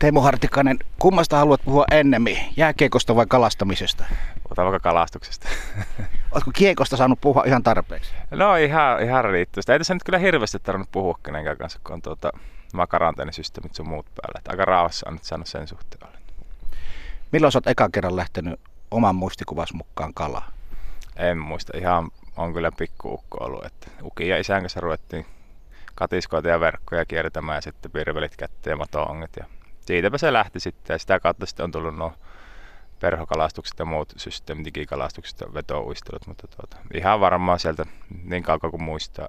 Teemu Hartikainen, kummasta haluat puhua ennemmin, jääkiekosta vai kalastamisesta? Puhutaan vaikka kalastuksesta. Oletko kiekosta saanut puhua ihan tarpeeksi? No ihan riittää. Ei tässä nyt kyllä hirveästi tarvinnut puhua kenenkään kanssa, kun on nämä karanteensysteemit sun muut päällä. Että aika rauhassa on nyt saanut sen suhteen olla. Milloin sä oot ekan kerran lähtenyt oman muistikuvas mukaan kalaa? En muista. Ihan on kyllä pikku-ukko ollut. Että ukin ja isän kanssa ruvettiin katiskoita ja verkkoja kiertämään ja sitten virvelit kätteen ja matoonget. Ja siitäpä se lähti sitten ja sitä kautta sitten on tullut nuo perhokalastukset ja muut systeemit, digikalastukset ja vetouistelut, mutta ihan varmaan sieltä niin kauan kuin muistaa.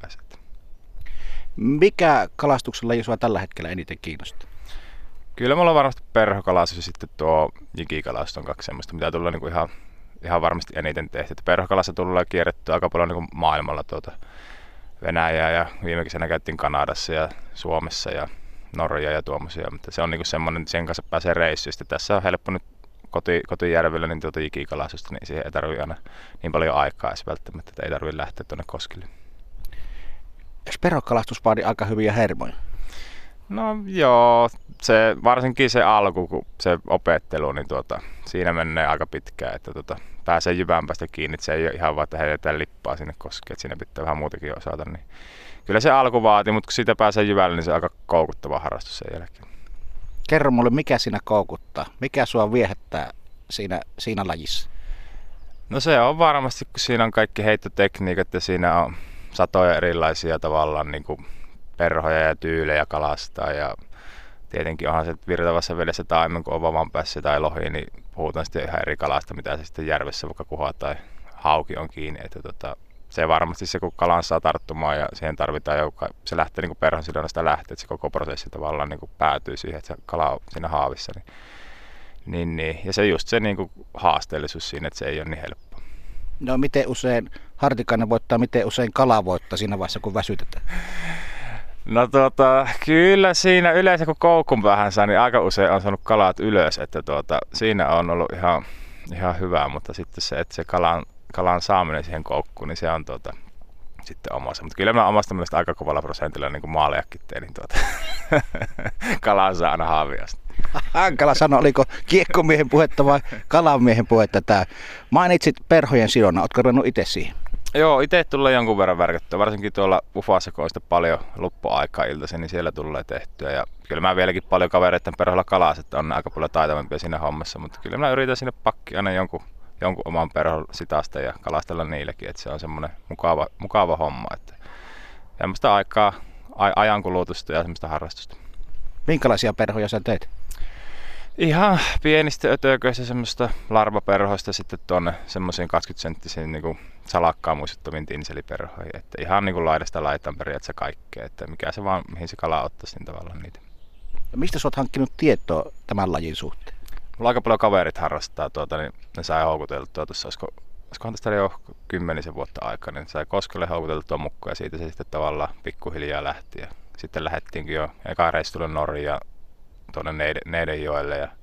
Mikä kalastuksella laji sua tällä hetkellä eniten kiinnostaa? Kyllä mulla on varmasti perhokalastus ja sitten tuo jikikalastus on kaksi semmoista, mitä tulee niin kuin ihan varmasti eniten tehty. Perhokalassa tulee kierrettyä aika paljon niin kuin maailmalla Venäjää ja viime kesänä käytiin Kanadassa ja Suomessa ja Norja ja tuommoisia, mutta se on niin kuin semmoinen, että sen kanssa pääsee reissuun. Sitten tässä on helppo nyt kotijärvellä niin jikikalastusta, niin siihen ei tarvitse aina niin paljon aikaa edes välttämättä, että ei tarvitse lähteä tuonne koskille. Eikö perhokalastus vaadi aika hyviä hermoja? No joo, varsinkin se alku, kun se opettelu, niin siinä menee aika pitkään, että pääsee jyvään päästä kiinni, että se ei ole ihan vaan, että heitetään lippaa sinne koskeen, että siinä pitää vähän muutakin osata. Niin kyllä se alku vaatii, mutta kun siitä pääsee jyvälle, niin se on aika koukuttava harrastus sen jälkeen. Kerro mulle, mikä siinä koukuttaa? Mikä sua viehättää siinä lajissa? No se on varmasti, kun siinä on kaikki heittotekniikat ja siinä on satoja erilaisia tavallaan niin kuin perhoja ja tyylejä kalastaa ja tietenkin onhan se virtavassa vedessä taimen, kun on vavan päässä tai lohi, niin puhutaan sitten ihan eri kalasta, mitä se sitten järvessä vaikka kuha tai hauki on kiinni. Että se varmasti se, kun kalan saa tarttumaan ja siihen tarvitaan se lähtee niin kuin perhon sidonnasta lähtee, että se koko prosessi tavallaan niin kuin päätyy siihen, että se kala on siinä haavissa. Niin. Ja se just se niin kuin haasteellisuus siinä, että se ei ole niin helppoa. No miten usein Hartikainen voittaa, miten usein kala voittaa siinä vaiheessa, kun väsytetään? No kyllä siinä yleensä kun koukun päähän saa, niin aika usein on saanut kalat ylös, että siinä on ollut ihan hyvää, mutta sitten se, että se kalan saaminen siihen koukkuun, niin se on sitten omassa. Mutta kyllä mä omasta mielestä aika kovalla prosentilla niin kuin maalejakin tein, niin kalan saa aina haaviasta. Hankala sanoa, oliko kiekkomiehen puhetta vai kalamiehen puhetta tämä. Mainitsit perhojen sidonnan, ootko ruvennut itse siihen? Joo, itse tulee jonkun verran värkättyä, varsinkin tuolla Ufassa, kun on sitten paljon loppuaikaa iltaisin, niin siellä tulee tehtyä. Ja kyllä mä vieläkin paljon kavereiden perhoilla kalas, että on aika paljon taitavampia siinä hommassa, mutta kyllä mä yritän sinne pakki aina jonkun oman perhon sitasta ja kalastella niillekin, että se on semmoinen mukava homma. Että semmoista aikaa, ajankulutusta ja semmoista harrastusta. Minkälaisia perhoja sä teet? Ihan pienistä ötököistä semmoista larvaperhoista sitten tuonne semmoisiin 20-senttisiin niin salakkaa muistuttaviin tinseliperhoihin. Että ihan niin kuin laidasta laitaan periaatteessa kaikkea, että mikä se vaan, mihin se kala ottaisi, niin tavallaan niitä. Ja mistä sä oot hankkinut tietoa tämän lajin suhteen? Mulla aika paljon kaverit harrastaa niin ne sai houkuteltua tuossa, olisikohan tästä jo 10 vuotta aikaa, niin sai Koskelle houkuteltua mukaan ja siitä se sitten tavallaan pikkuhiljaa lähti. Ja sitten lähdettiinkin jo eka reissulle Norjaan tuonne Neidenjoelle ja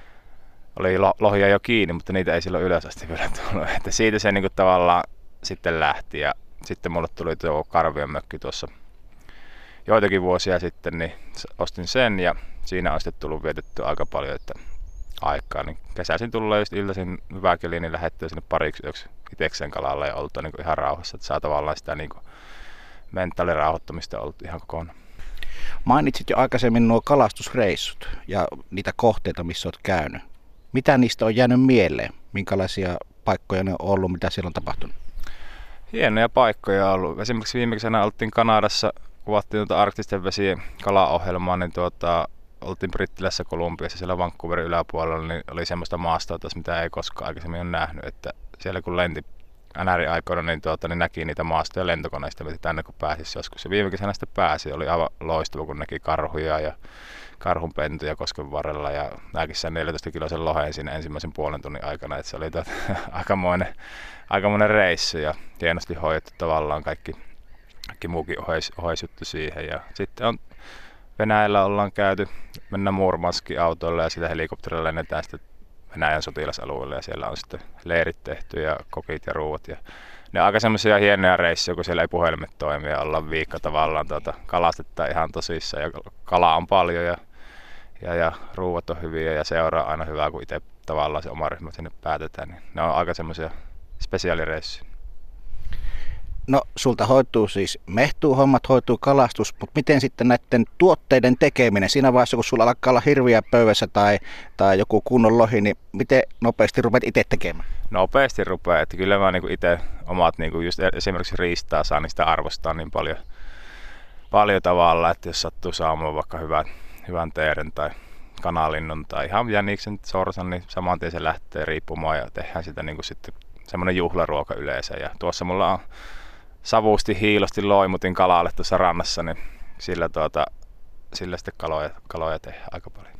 oli lohia jo kiinni, mutta niitä ei silloin ylös asti vielä tullut. Että siitä se niin kuin tavallaan sitten lähti ja sitten mulle tuli tuo Karvion mökki tuossa joitakin vuosia sitten, niin ostin sen ja siinä on sitten tullut vietettyä aika paljon aikaa. Niin kesäisin tullut just iltaisin hyvää keliä, niin lähdettyä sinne pariksi yöksi itsekseen kalalle ja oltua niin kuin ihan rauhassa, että saa tavallaan sitä niin kuin mentaalirauhoittamista ollut ihan kokonaan. Mainitsit jo aikaisemmin nuo kalastusreissut ja niitä kohteita, missä olet käynyt. Mitä niistä on jäänyt mieleen? Minkälaisia paikkoja ne on ollut? Mitä siellä on tapahtunut? Hienoja paikkoja on ollut. Esimerkiksi viime kesänä oltiin Kanadassa, kuvattiin arktisten vesien kalaohjelmaa, niin oltiin Brittilässä Kolumbiassa siellä Vancouverin yläpuolella, niin oli semmoista maastoa, mitä ei koskaan aikaisemmin ole nähnyt. Että siellä kun lenti NR-aikoina, niin näki niitä maastoja lentokoneista, mitä tänne kun pääsisi joskus. Ja viime kesänä sitten pääsi, oli aivan loistava, kun näki karhuja ja karhunpentuja kosken varrella ja näki sen 14-kiloisen lohen siinä ensimmäisen puolen tunnin aikana. Että se oli aikamoinen reissu ja hienosti hoidettu tavallaan kaikki muukin oheisjuttu siihen. Ja sitten Venäjällä ollaan käyty, mennään Murmanskin autoilla ja sitä helikopterilla lennetään sitten Venäjän sotilasalueelle ja siellä on sitten leirit tehty ja kokit ja ruuat. Ja ne on aika semmoisia hienoja reissuja, kun siellä ei puhelimet toimi ja ollaan viikko tavallaan kalastettaan ihan tosissaan ja kalaa on paljon ja ruuat on hyviä ja seura on aina hyvä, kun itse tavallaan se oma ryhmä sinne päätetään. Niin ne on aika semmoisia spesiaalireissuja. No sulta hoituu siis mehtuuhommat, hoituu kalastus, mutta miten sitten näiden tuotteiden tekeminen? Siinä vaiheessa, kun sulla alkaa olla hirviä pöydässä tai joku kunnon lohi, niin miten nopeasti rupeat itse tekemään? Nopeasti rupeaa, että kyllä mä niinku itse omat niinku just esimerkiksi riistaa saan, niin sitä arvostaa niin paljon tavalla, että jos sattuu saamaan vaikka hyvän teeren tai kanalinnun tai ihan jäniksen sorsan, niin saman tien se lähtee riippumaan ja tehdään sitä niinku sitten semmoinen juhlaruoka yleensä. Ja tuossa mulla on savusti hiilosti loimutin kalalle tuossa rannassa, niin sillä sitten kaloja tehdään aika paljon.